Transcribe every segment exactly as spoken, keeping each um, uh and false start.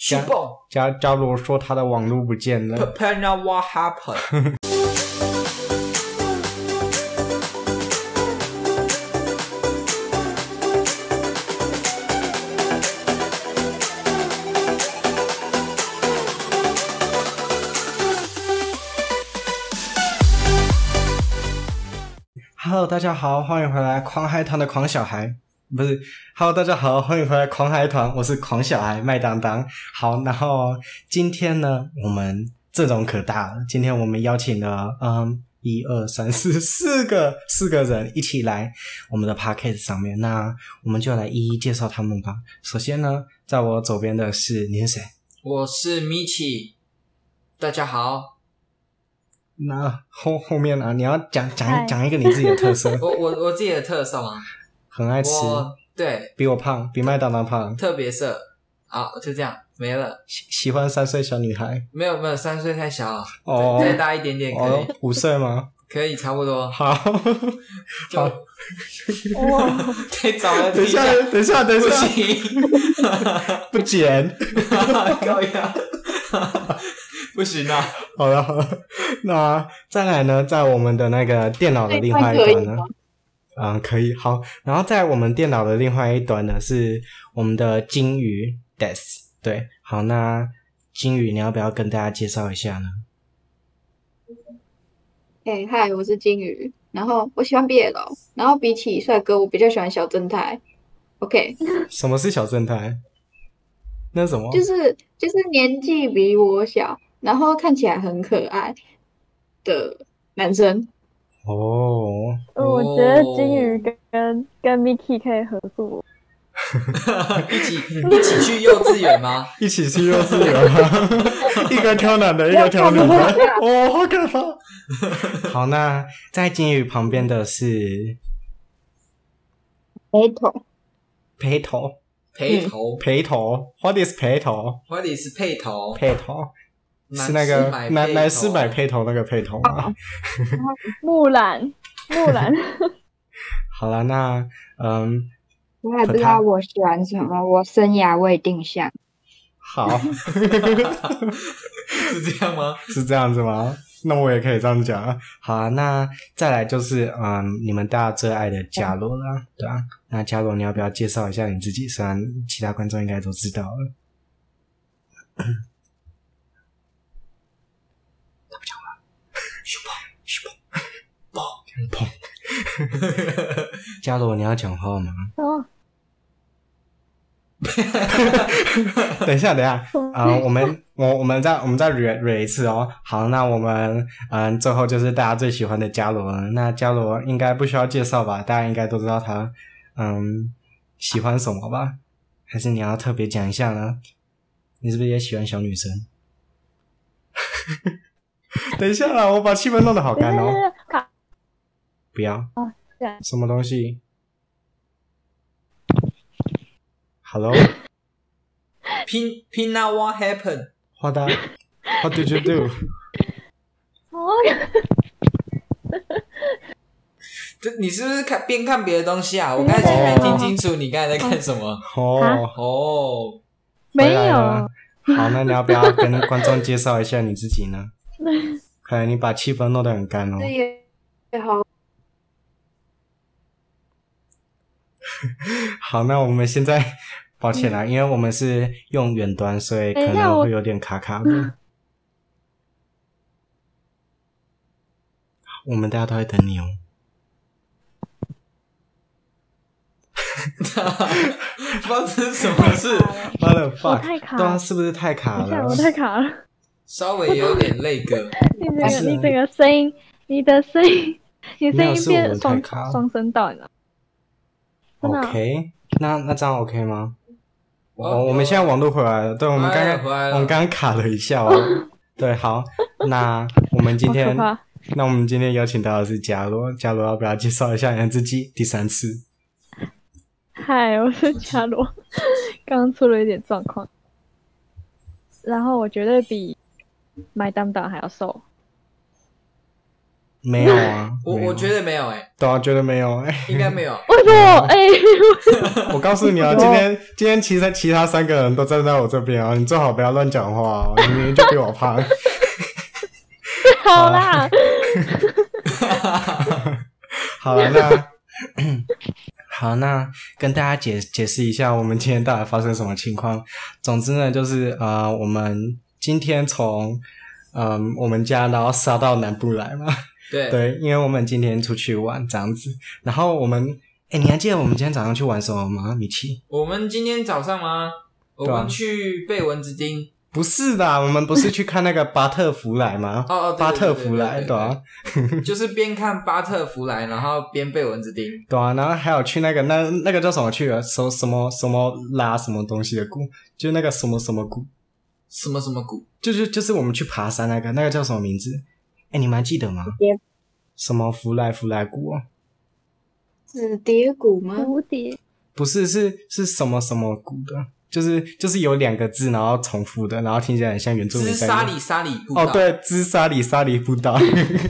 虚蹦。 加加罗说他的网络不见了。 Pepena what happened？ Hello， 大家好，欢迎回来狂嗨团的狂小孩。不是 ，Hello， 大家好，欢迎回来狂嗨团，我是狂小孩麦当当。好，然后今天呢，我们阵容可大了。今天我们邀请了嗯一二三四四个四个人一起来我们的 podcast 上面，那我们就来一一介绍他们吧。首先呢，在我左边的是你是谁？ 我是米奇，大家好。 那后后面啊，你要讲讲讲一个你自己的特色。 我我我自己的特色吗？ 很爱吃， 对， 比我胖，比麦当当胖， 特别色。好，就这样没了。 喜喜欢三岁小女孩？ 没有没有，三岁太小了。 哦， 再大一点点可以。 哦，五岁吗？ 可以，差不多。 好， 就哇，太早了。 等一下，等一下，等一下， 不行， 不剪， 高压。不行啊！ 好了好了，那再来呢，在我们的那个电脑的另外一端呢，嗯，可以好。然后在我们电脑的另外一端呢，是我们的金鱼 Des。对，好，那金鱼你要不要跟大家介绍一下呢？ 哎，嗨，我是金鱼。然后我喜欢 B L， 然后比起帅哥，我比较喜欢小正太。OK。 什么是小正太？那什么？ 就是就是年纪比我小，然后看起来很可爱的男生。 哦， 我觉得金鱼跟跟跟 Miki 可以合作。 一起一起去幼稚园吗？ 一起去幼稚园吗？一个挑男的，一个挑女的。哦，好可怕！好，那在金鱼旁边的是陪头， 陪头， 陪头， 陪头。What is 陪头 ？What is 配头？ 配头是那个奶奶是买配头那个配头吗？ 木兰，木兰。 好了，那嗯。 我还不知道我喜欢什么，我生涯未定向。 好， 是这样吗？ 是这样子吗？那我也可以这样讲啊。好啊，那再来就是嗯，你们大家最爱的伽罗啦，对啊。那伽罗，你要不要介绍一下你自己？虽然其他观众应该都知道了。他不讲话，嘘砰嘘砰砰砰。伽罗，你要讲话吗？ 哦。 等一下，等一下，啊、呃，我们我我们再我们再 re re 一次哦。好，那我们嗯、呃，最后就是大家最喜欢的伽罗了。那伽罗应该不需要介绍吧？大家应该都知道他嗯喜欢什么吧？还是你要特别讲一下呢？你是不是也喜欢小女生？等一下啦，我把气氛弄得好干哦。不要啊！什么东西 ？Hello。 Pin Pina what happened? What that? What did you do? 哦， 这你是不是看边看别的东西啊？我刚才前面听清楚你刚才在看什么。 哦哦， 没有。 好，那你要不要跟观众介绍一下你自己呢？看来你把气氛弄得很干哦。 这也好。 好，那我们现在抱歉啦，因为我们是用远端，所以可能会有点卡卡的。我们大家都在等你哦。 不知道这是什么事。 What the fuck？ 太卡了， 对啊，是不是太卡了？ 我太卡了， 稍微有点那个。 你这个，你这个声音，你的声音，你声音变双双声道，你知道吗？ OK， 那那这样 OK 吗？哦，我们现在网络回来了，对，我们刚刚我们刚刚卡了一下哦。对，好，那我们今天，那我们今天邀请到的是伽罗，伽罗要不要介绍一下你自己？第三次。 嗨，我是伽罗，刚刚出了一点状况，然后我绝对比麦当当还要瘦。 没有啊， 我我觉得没有哎、欸， 对啊，觉得没有哎、 欸，应该没有。 为什么？哎、 欸，我告诉你啊，今天今天其实其他三个人都站在我这边啊，你最好不要乱讲话哦，你明明就比我胖。 好啦， 好了，那好，那跟大家解解释一下，我们今天到底发生什么情况。总之呢，就是呃，我们今天从嗯、呃、我们家然后杀到南部来嘛。 对对，因为我们今天出去玩这样子，然后我们，哎，你还记得我们今天早上去玩什么吗，米奇？ 我们今天早上吗？我们去被蚊子叮。 不是的，我们不是去看那个巴特福来吗？ 哦哦， 巴特福来，对啊， 就是边看巴特福来，然后边被蚊子叮。 对啊，然后还有去那个那那个叫什么去了？什什么什么拉什么东西的谷，就那个什么什么谷， 什么什么谷， 就是就是我们去爬山那个，那个叫什么名字？哎，你们还记得吗？什么福来福来谷哦？ 紫蝶谷吗？ 蝴蝶不是，是是什么什么谷的？就是就是有两个字，然后重复的，然后听起来很像原住民。 兹沙里沙里步道。 哦，对，兹沙里沙里步道。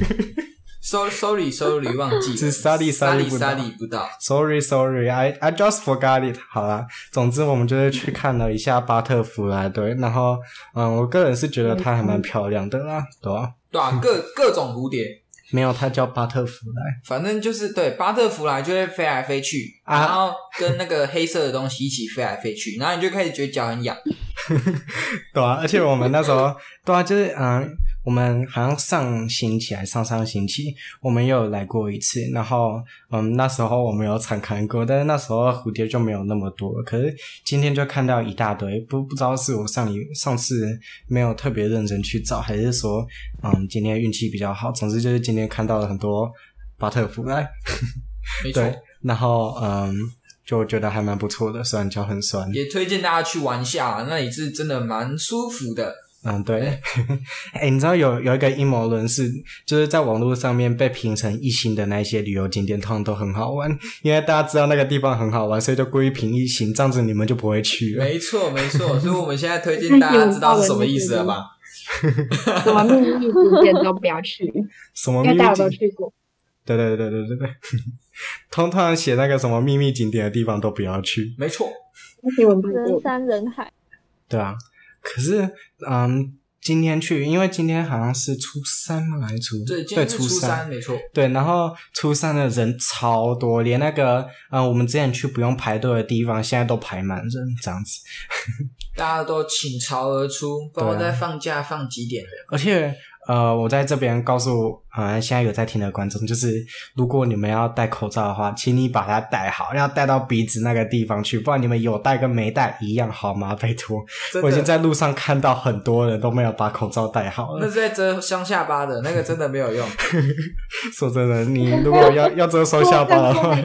So sorry sorry 忘记。 兹沙里沙里步道。 沙里步道。 Sorry sorry I I just forgot it。好啦，总之我们就是去看了一下巴特福来，对，然后嗯，我个人是觉得它还蛮漂亮的啦，对吧、啊？ 对啊，各各种蝴蝶。 没有，它叫巴特福来。 反正就是对巴特福来就会飞来飞去，啊、然后跟那个黑色的东西一起飞来飞去，然后你就开始觉得脚很痒。 对啊，而且我们那时候对啊，就是嗯，我们好像上星期还上上星期，我们有来过一次，然后嗯，那时候我们有参观过，但是那时候蝴蝶就没有那么多，可是今天就看到一大堆，不不知道是我上上次没有特别认真去找，还是说嗯今天运气比较好，总之就是今天看到了很多巴特福来， 没错， 对，然后嗯。就觉得还蛮不错的，虽然脚很酸， 也推荐大家去玩一下，那里是真的蛮舒服的。 嗯，对。哎、欸，你知道有有一个阴谋论是，就是在网络上面被评成一星的那一些旅游景点，通常都很好玩，因为大家知道那个地方很好玩，所以就故意评一星，这样子你们就不会去了。 没错，没错。所以我们现在推荐大家知道是什么意思了吧？ 什么秘密景点都不要去， 什么秘密景点？ 因为大家都去过。 对对对对对对，通常写那个什么秘密景点的地方都不要去。 没错， 人山人海。 对啊，可是嗯，今天去，因为今天好像是初三吗？还是初？ 对，今天是初三， 三没错。 对，然后初三的人超多，连那个嗯，我们之前去不用排队的地方，现在都排满人，这样子。 大家都倾巢而出，不知道在放假放几点的。 而且呃，我在这边告诉呃现在有在听的观众，就是如果你们要戴口罩的话，请你把它戴好，要戴到鼻子那个地方去，不然你们有戴跟没戴一样好吗？拜托，我已经在路上看到很多人都没有把口罩戴好了。 那是在遮双下巴的，那个真的没有用。 说真的，你如果要要遮双下巴的话，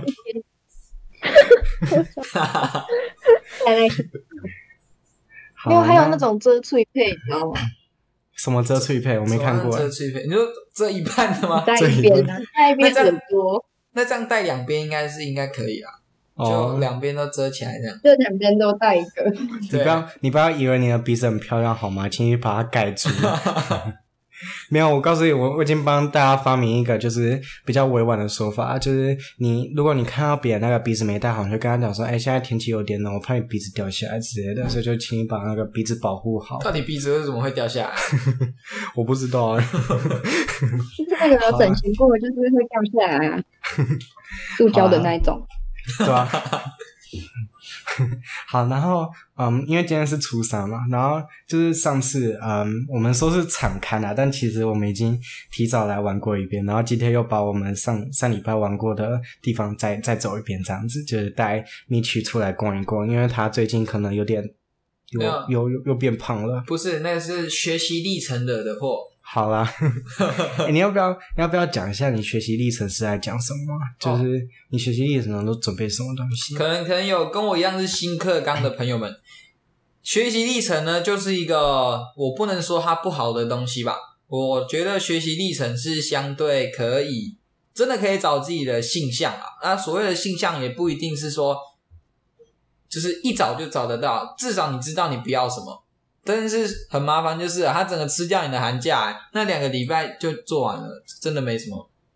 没有，还有那种遮脆配，你知道吗？ 什么遮脆配？我没看过。 遮脆配，你说遮一半的吗？ 戴一边的，戴一边很多。 那这样戴两边应该是应该可以啦，就两边都遮起来这样。 就两边都戴一个。 你不要你不要以为你的鼻子很漂亮好吗？请你把它盖住。没有，我告诉你，我我已经帮大家发明一个就是比较委婉的说法，就是你如果你看到别人那个鼻子没戴好，你就跟他讲说，哎、欸，现在天气有点冷，我怕你鼻子掉下来之类的，嗯、所以就请你把那个鼻子保护好。 到底鼻子为什么会掉下来？ 我不知道啊。 就是那个有整形过，就是会掉下来啊，塑胶的那一种。 对吧、啊？好，然后嗯，因为今天是初三嘛，然后就是上次嗯，我们说是场勘啊，但其实我们已经提早来玩过一遍，然后今天又把我们上上礼拜玩过的地方再再走一遍，这样子就是带米奇出来逛一逛，因为他最近可能有点有有有又变胖了。 不是，那个是学习历程惹的祸。 好啦、欸，你要不要你要不要讲一下你学习历程是在讲什么？就是你学习历程都准备什么东西？ 可能可能有跟我一样是新课纲的朋友们，学习历程呢就是一个我不能说它不好的东西吧。我觉得学习历程是相对可以，真的可以找自己的性向啊。那所谓的性向也不一定是说，就是一找就找得到，至少你知道你不要什么。但是很麻烦，就是、啊、他整个吃掉你的寒假，那两个礼拜就做完了，真的没什么。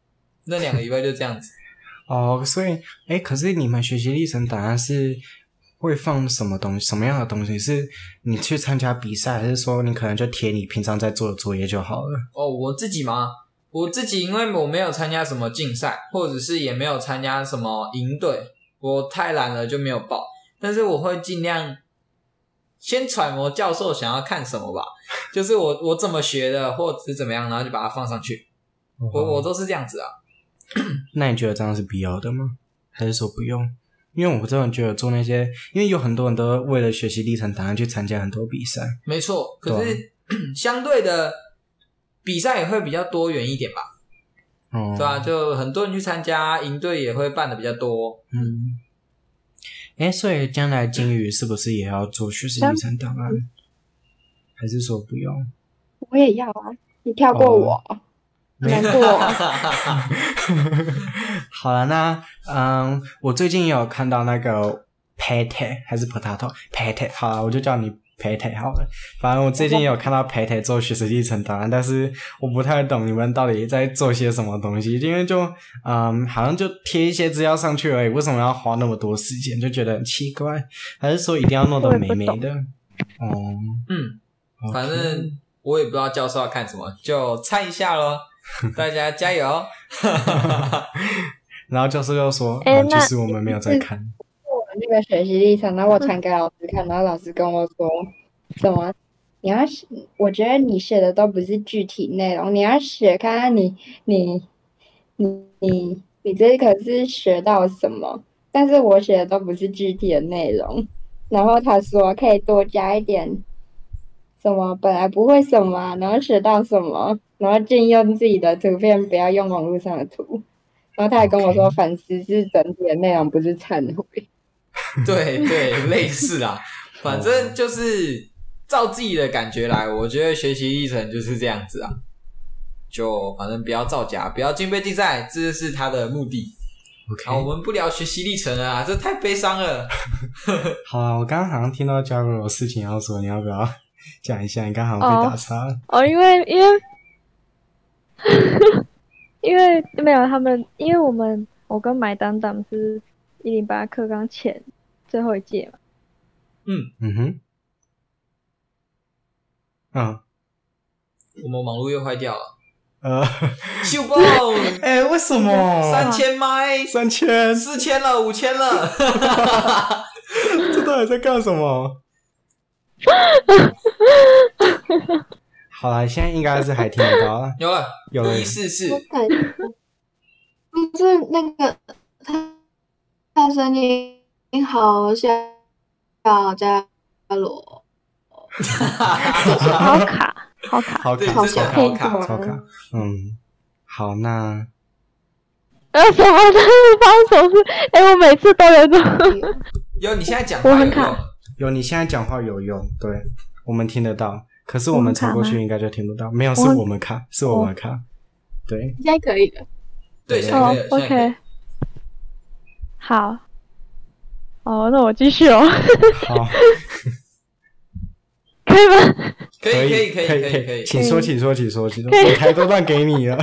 那两个礼拜就这样子。 哦，所以诶可是你们学习历程档案是会放什么东西，什么样的东西？是你去参加比赛，还是说你可能就贴你平常在做的作业就好了？ 哦，我自己吗？我自己因为我没有参加什么竞赛，或者是也没有参加什么营队，我太懒了就没有报。但是我会尽量先揣摩教授想要看什么吧，就是我我怎么学的，或者是怎么样，然后就把它放上去。哦、我我都是这样子啊。 那你觉得这样是必要的吗？还是说不用？因为我真的觉得做那些，因为有很多人都为了学习历程档案去参加很多比赛。 没错，可是、啊、相对的比赛也会比较多元一点吧。哦，对啊，就很多人去参加，营队也会办的比较多。 嗯，诶所以将来金鱼是不是也要做学习历程档案？还是说不用？ 我也要啊，你跳过我。哦难过。 好了，那嗯，我最近也有看到那个 Pate 还是 Potato Pate， 好了，我就叫你 Pate 好了。反正我最近也有看到 Pate 做学习历程档案，但是我不太懂你们到底在做些什么东西，因为就嗯，好像就贴一些资料上去而已，为什么要花那么多时间？就觉得很奇怪，还是说一定要弄得美美的？哦， 嗯，反正我也不知道教授要看什么，就猜一下咯。大家加油。 然后教授又说、欸嗯、其实我们没有在看我那个学习历程，然后我传给老师看，然后老师跟我说什么你要写，我觉得你写的都不是具体内容，你要写看看你你你你你这可是学到什么，但是我写的都不是具体的内容。然后他说可以多加一点什么本来不会什么，然后学到什么，然后禁用自己的图片，不要用网络上的图。然后他还跟我说， okay. 反思是整体的内容，不是忏悔。 对对，类似啦，反正就是照自己的感觉来。我觉得学习历程就是这样子啊，就反正不要造假，不要竞备竞赛，这是他的目的。 OK， 好，我们不聊学习历程了啊，这太悲伤了。 好啊，我刚刚好像听到嘉如有事情要说，你要不要讲一下？你刚好被打岔了。 哦，哦因为因为因为没有他们，因为我们我跟买当当是一零八课纲前最后一届嘛。 嗯嗯哼。嗯， 我们网络又坏掉了。 呃， 秀爆！ 哎、欸，为什么？ 三千麦， 三千， 四千了，五千了。 这到底在干什么？好啦，现在应该是还听得到了。 有了， 有了， 一四四。 不是那个他，他声音好像小加罗， 好卡。好卡， 好卡， 好卡，好卡， 超卡。嗯，好，那呃，什么？这是发手势？哎、欸，我每次都有这种。 有，你现在讲话有用。 有，你现在讲话有用，对，我们听得到。可是我们传过去应该就听不到。没有，是我们卡，是我们卡。对， 现在可以了。 对，现在可以了。 哦 OK， 好。哦，那我继续哦。 好。 可以吗？ 可以可以可以可以可以， 请说请说请说请说，我台都乱给你了。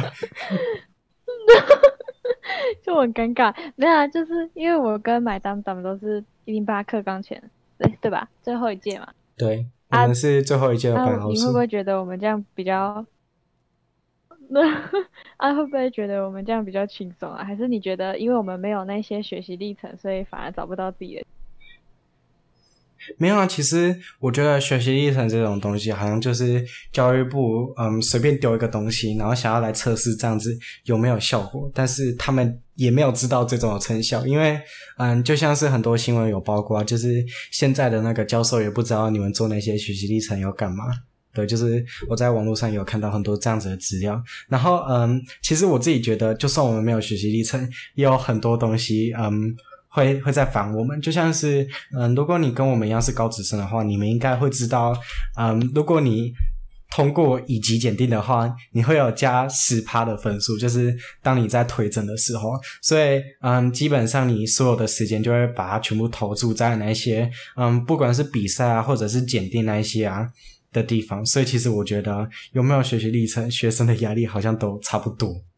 就很尴尬，没有啊，就是因为我跟买当咱们都是一零八课纲前，对对吧？最后一届嘛。 对，我们是最后一届的办好事。 啊、你会不会觉得我们这样比较？那啊，会不会觉得我们这样比较轻松啊？还是你觉得因为我们没有那些学习历程，所以反而找不到自己的？ 没有啊，其实我觉得学习历程这种东西好像就是教育部嗯随便丢一个东西，然后想要来测试这样子有没有效果，但是他们也没有知道这种有成效，因为嗯就像是很多新闻有包括，就是现在的那个教授也不知道你们做那些学习历程要干嘛。对，就是我在网络上有看到很多这样子的资料，然后嗯其实我自己觉得就算我们没有学习历程，也有很多东西嗯会会在烦我们，就像是嗯，如果你跟我们一样是高职生的话，你们应该会知道，嗯，如果你通过乙级检定的话，你会有加 百分之十 的分数，就是当你在推甄的时候，所以嗯，基本上你所有的时间就会把它全部投注在那些嗯，不管是比赛啊，或者是检定那一些啊的地方，所以其实我觉得有没有学习历程，学生的压力好像都差不多。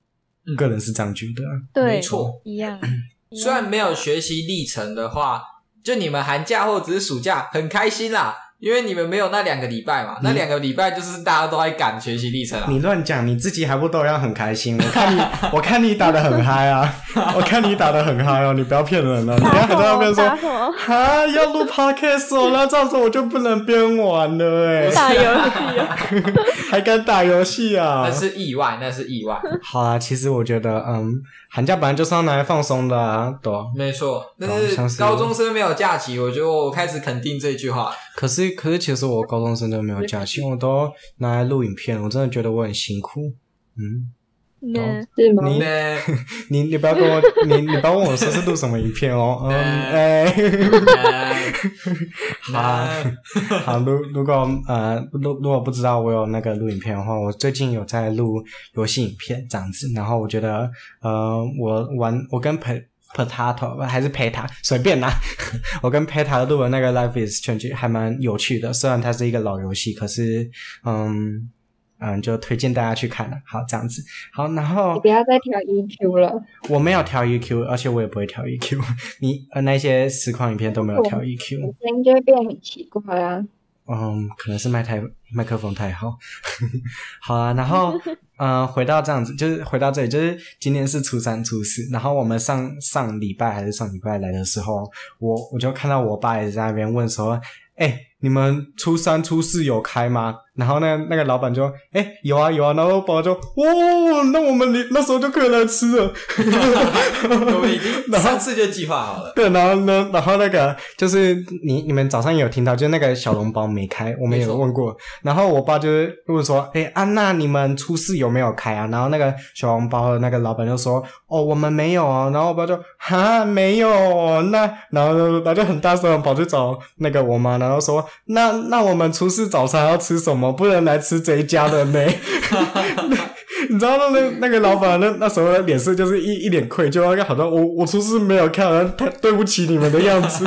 个人是这样觉得。 对， 没错， 一样。 虽然没有学习历程的话，就你们寒假或者是暑假很开心啦，因为你们没有那两个礼拜嘛，那两个礼拜就是大家都在赶学习历程啦。 你乱讲，你自己还不都要很开心？我看你，我看你打得很嗨啊！我看你打得很嗨哦，你不要骗人了。你刚才在那边说，哈，要录 podcast 哦，那这样子我就不能边玩了哎、欸。 打游戏啊， 还敢打游戏啊？ 那是意外，那是意外。 好啦，其实我觉得，嗯，寒假本来就是要拿来放松的啊，对啊。 没错，但像是是高中生没有假期，我觉得我开始肯定这句话。 可是，可是，其实我高中生都没有假期，我都拿来录影片，我真的觉得我很辛苦。嗯， 嗯， 是吗？ 你呢你你不要跟我，你你不要问我说是录什么影片哦。嗯，哎、欸，好，好，如如果呃，如如果不知道我有那个录影片的话，我最近有在录游戏影片这样子，然后我觉得呃，我玩我跟陪。Potato 还是 Peta 随便啦我跟 Peta 录的那个 Life is Strange 还蛮有趣的，虽然它是一个老游戏，可是嗯嗯就推荐大家去看了。好，这样子。好，然后你不要再调 E Q 了。 我没有调 E Q， 而且我也不会调 E Q 你呃那些实况影片都没有调 E Q， 我声音就会变很奇怪啊。 嗯，可能是麦太麦克风太好。好啊，然后嗯，回到这样子，就是回到这里，就是今天是初三初四，然后我们上上礼拜还是上礼拜来的时候，我我就看到我爸也在那边问说，哎、欸，你们初三初四有开吗？然后那那个老板就哎、欸、有啊有啊，然后我爸就哦，那我们那时候就可以来吃了。 我们已经上次就计划好了。 对，然后呢，然后那个就是你你们早上也有听到，就是那个小笼包没开，我们有问过。然后我爸就是问说，哎、欸，安娜你们初四有没有开啊？然后那个小笼包的那个老板就说，哦，我们没有啊。然后我爸就哈没有，那然后他就很大声跑去找那个我妈，然后说，那那我们初四早餐要吃什么？不能来吃这一家的呢。你知道那那那个老板那那时候的脸色就是一一脸愧疚，好像我我初四没有看，太对不起你们的样子。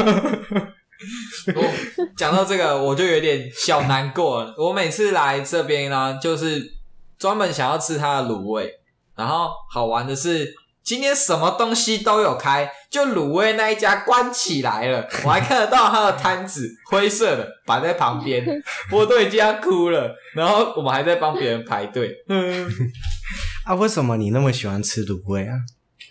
讲到这个，我就有点小难过了。我每次来这边呢，就是专门想要吃他的卤味，然后好玩的是，今天什么东西都有开，就卤味那一家关起来了，我还看得到他的摊子灰色的摆在旁边，我都已经要哭了，然后我们还在帮别人排队。嗯， 啊，为什么你那么喜欢吃卤味啊？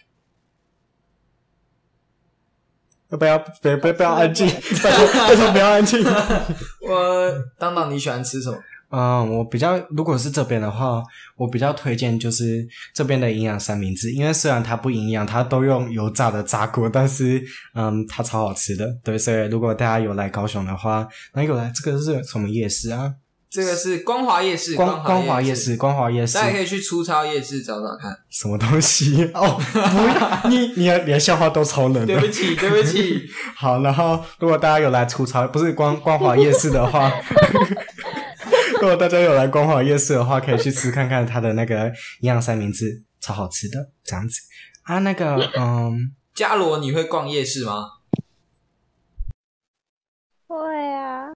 要不要不要不要不要安静？拜托拜托不要安静！ 我当当你喜欢吃什么？ 嗯，我比较如果是这边的话，我比较推荐就是这边的营养三明治，因为虽然它不营养，它都用油炸的炸过，但是嗯，它超好吃的。对，所以如果大家有来高雄的话，那有来这个是什么夜市啊？ 这个是光华夜市， 光光华夜市，光华夜市， 大家可以去粗糙夜市找找看。 什么东西？哦，不，你你的你的笑话都超冷的。 对不起，对不起。 好，然后如果大家有来粗糙，不是光光华夜市的话，如果大家有来光华夜市的话，可以去吃看看它的那个营养三明治，超好吃的，这样子啊。那个，嗯， 嘉罗，你会逛夜市吗？ 会啊。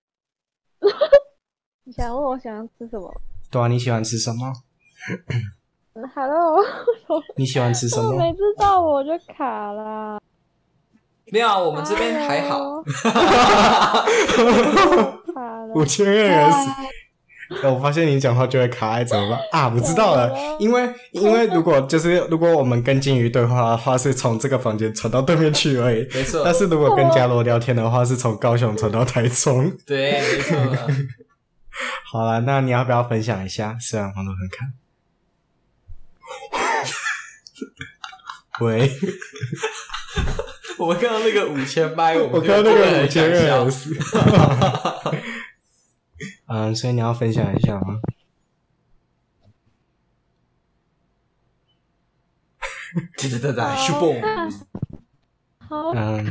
你想问我想要吃什么？ 对啊，你喜欢吃什么 ？Hello， 你喜欢吃什么？ 我每次到我就卡啦。 没有啊，我们这边还好。 五千二死。我发现你讲话就会卡在怎么办啊？我知道了，因为因为如果就是如果我们跟金鱼对话的话，是从这个房间传到对面去而已。 没错。 但是如果跟嘉罗聊天的话，是从高雄传到台中。 对，没错。 好啦，那你要不要分享一下？虽然黄豆很看。喂， 我们看到那个五千麦， 我看到那个五千二十。嗯，所以你要分享一下吗？ 对对对对，咻蹦！ 好嗯。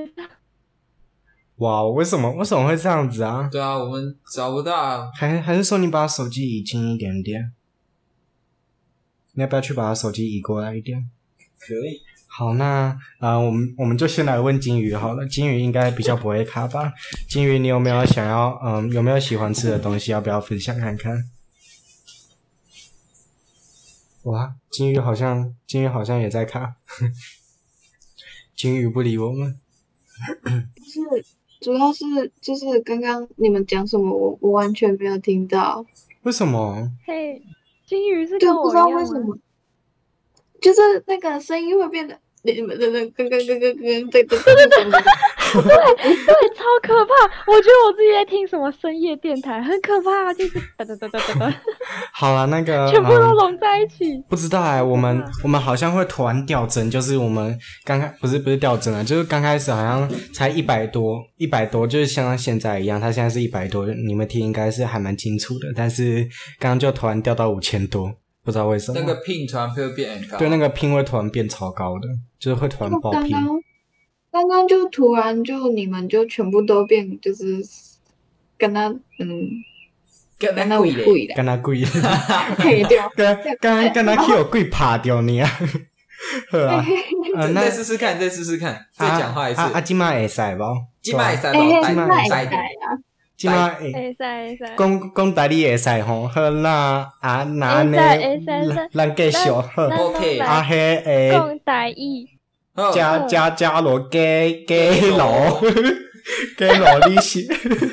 哇，为什么为什么会这样子啊？ 对啊，我们找不到啊。 还还是说你把手机移近一点点？你要不要去把手机移过来一点？ 可以。 好，那呃，我们我们就先来问金鱼好了。金鱼应该比较不会卡吧？金鱼，你有没有想要嗯，有没有喜欢吃的东西？要不要分享看看？ 哇，金鱼好像金鱼好像也在看，金鱼不理我们。 是主要是就是刚刚你们讲什么，我我完全没有听到， 为什么？ 嘿，金鱼是就不知道跟我一样吗？ 为什么，就是那个声音会变得你们的那跟跟跟跟跟对对对对对， 对对，超可怕！我觉得我自己在听什么深夜电台，很可怕，就是哒哒哒哒哒哒， 好啦，那个全部都嗯拢在一起。 不知道哎、我们可怕我们好像会突然掉帧，就是我们刚开不是不是掉帧啊，就是刚开始好像才一百多一百多，就是像现在一样，它现在是一百多，你们听应该是还蛮清楚的，但是刚刚就突然掉到五千多，不知道为什么。 那个 pin 突然会变很高。 对那个拼会突然变超高的，就是会突然爆拼。 刚刚刚刚就突然就你们就全部都变就是跟他嗯跟跟他贵嘞， 有贵的， 跟他鬼， 嘿对， 跟跟跟他去有鬼拍掉你啊！好啊，呃，那再试试看，再试试看，再讲话一次啊。啊，今麦会使无？ 今麦塞哎， 吧， 今麦那也塞在啊， 今麦会会使会使， 讲讲台语会使吼，好那啊那呢会使会使， 咱继续好。 咱拢 OK 啊来迄诶， 讲台语。 好加加加罗加加罗加罗你是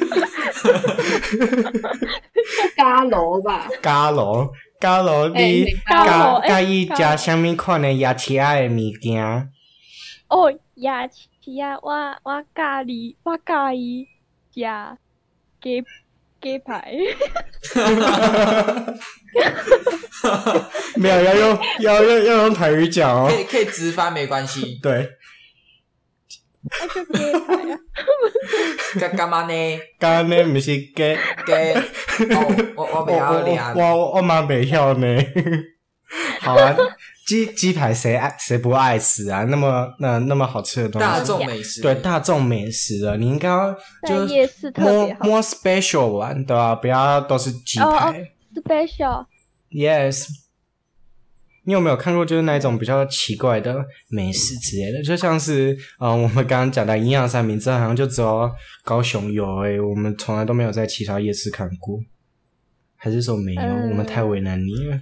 嘎楼吧， 加罗加罗你哎加罗介哎介意食啥物款的夜市仔的物件？ 哦，夜市啊，我我介意，我介意食鸡鸡排。 没有要用要要要用台语讲哦可。以可以直翻没关系。 对， 那就鸡排啊。 干干嘛呢？ 刚刚呢不是给给哦，我我不要俩。 我我我妈没晓呢。好啊，鸡鸡排谁爱谁不爱吃啊？那么那那么好吃的东西， 大众美食。 对大众美食了，你应该要在就是夜市特 more 别好 more special 玩，对吧？不要都是鸡哦哦排。 ，special。 Yes，你有没有看过就是那一种比较奇怪的美食之类的？就像是嗯、呃我们刚刚讲的营养三明治，好像就只有高雄有诶、我们从来都没有在其他夜市看过，还是说没有？ 嗯我们太为难你了。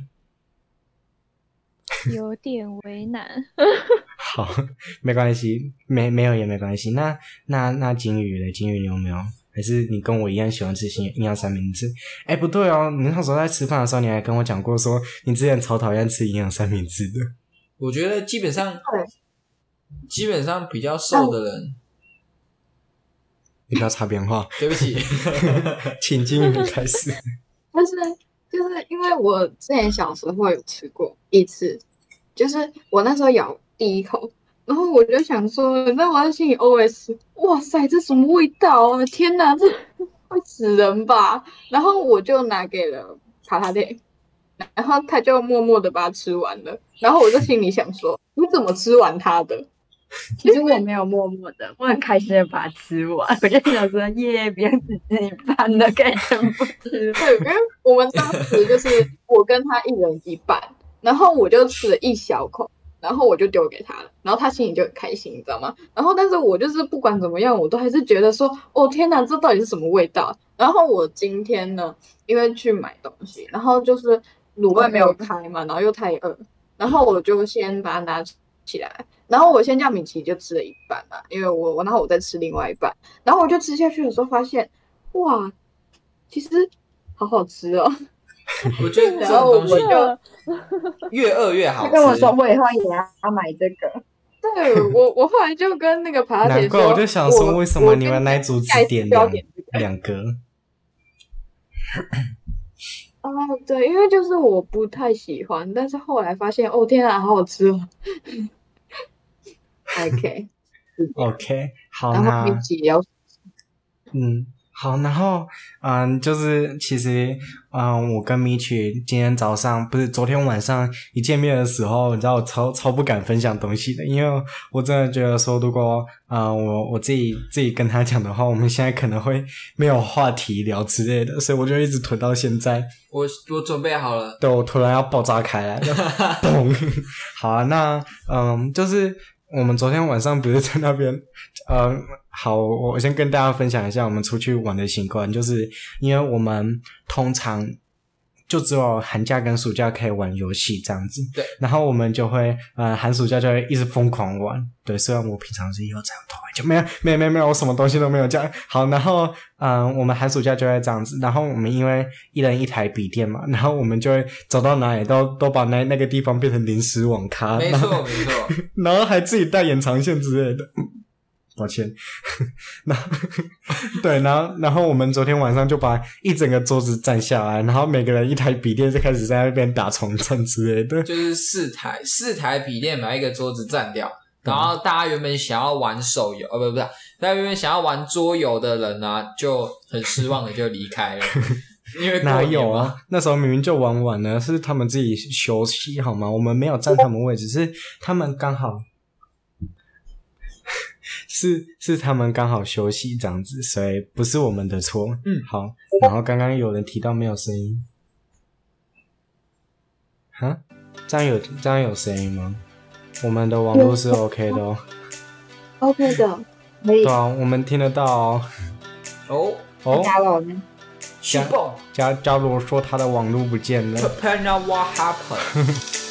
有点为难。 好，没关系，没没有也没关系。那那那金鱼嘞？金鱼你有没有？还是你跟我一样喜欢吃营养三明治？哎，不对哦，你那时候在吃饭的时候，你还跟我讲过说，你之前超讨厌吃营养三明治的。 我觉得基本上对， 基本上比较瘦的人， 你不要插边话， 对不起， 请金鱼开始。 但是就是因为我之前小时候有吃过一次，就是我那时候咬第一口，然后我就想说，你知道我在心里 O S， 哇塞，这什么味道啊！天哪，这会死人吧？然后我就拿给了卡塔店，然后他就默默的把它吃完了。然后我就心里想说，你怎么吃完它的？ 其实我没有默默的，我很开心的把它吃完。我就想说，耶，不要只吃一半了，可以全部吃。 对，因为我们当时就是我跟他一人一半，然后我就吃了一小口，然后我就丢给他了，然后他心里就很开心，你知道吗？然后但是我就是不管怎么样，我都还是觉得说，哦天哪，这到底是什么味道？然后我今天呢，因为去买东西，然后就是卤味没有开嘛，然后又太饿，然后我就先把它拿起来，然后我先叫米奇就吃了一半嘛，因为我我然后我再吃另外一半，然后我就吃下去的时候发现，哇，其实好好吃哦。 我觉得这然后我种东西就越饿越好吃。 他跟我说，我以后也要买这个。 对我，我后来就跟那个爬铁说， 难怪我就想说，为什么你们那一组只点两标点这个两个？ 哦，对，因为就是我不太喜欢，但是后来发现，哦天啊，好好吃哦。OK， OK，好， 然后那米奇也要， 嗯，好，然后嗯，就是其实嗯，我跟米奇今天早上不是昨天晚上一见面的时候，你知道我超超不敢分享东西的，因为我真的觉得说，如果嗯我我自己自己跟他讲的话，我们现在可能会没有话题聊之类的，所以我就一直囤到现在。 我我准备好了。 对，我突然要爆炸开来了，嘣！好啊，那嗯，就是我们昨天晚上不是在那边，呃，好，我我先跟大家分享一下我们出去玩的习惯，就是因为我们通常就只有寒假跟暑假可以玩游戏这样子。 对， 然后我们就会呃寒暑假就会一直疯狂玩。对，虽然我平常是有这样偷玩，就没有没有没有没有，我什么东西都没有这样。好，然后嗯、呃，我们寒暑假就会这样子。然后我们因为一人一台笔电嘛，然后我们就会走到哪里都都把那那个地方变成临时网咖。 没错没错， 然后还自己带延长线之类的。抱歉，然后对，然后然后我们昨天晚上就把一整个桌子占下来，然后每个人一台笔电就开始在那边打重战之类的， 就是四台四台笔电把一个桌子占掉，然后大家原本想要玩手游，哦不不是，大家原本想要玩桌游的人啊，就很失望的就离开了，因为哪有啊？那时候明明就玩完了，是他们自己休息好吗？我们没有占他们位置，是他们刚好。是是他们刚好休息这样子，所以不是我们的错。 嗯， 好。然后刚刚有人提到没有声音，哈，这样有这样有声音吗？我们的网络是 OK 的哦。 OK 的， 可以对啊，我们听得到哦。 哦哦， 加了呢。 去蹦， 加加罗说他的网络不见了。 Japan what happened？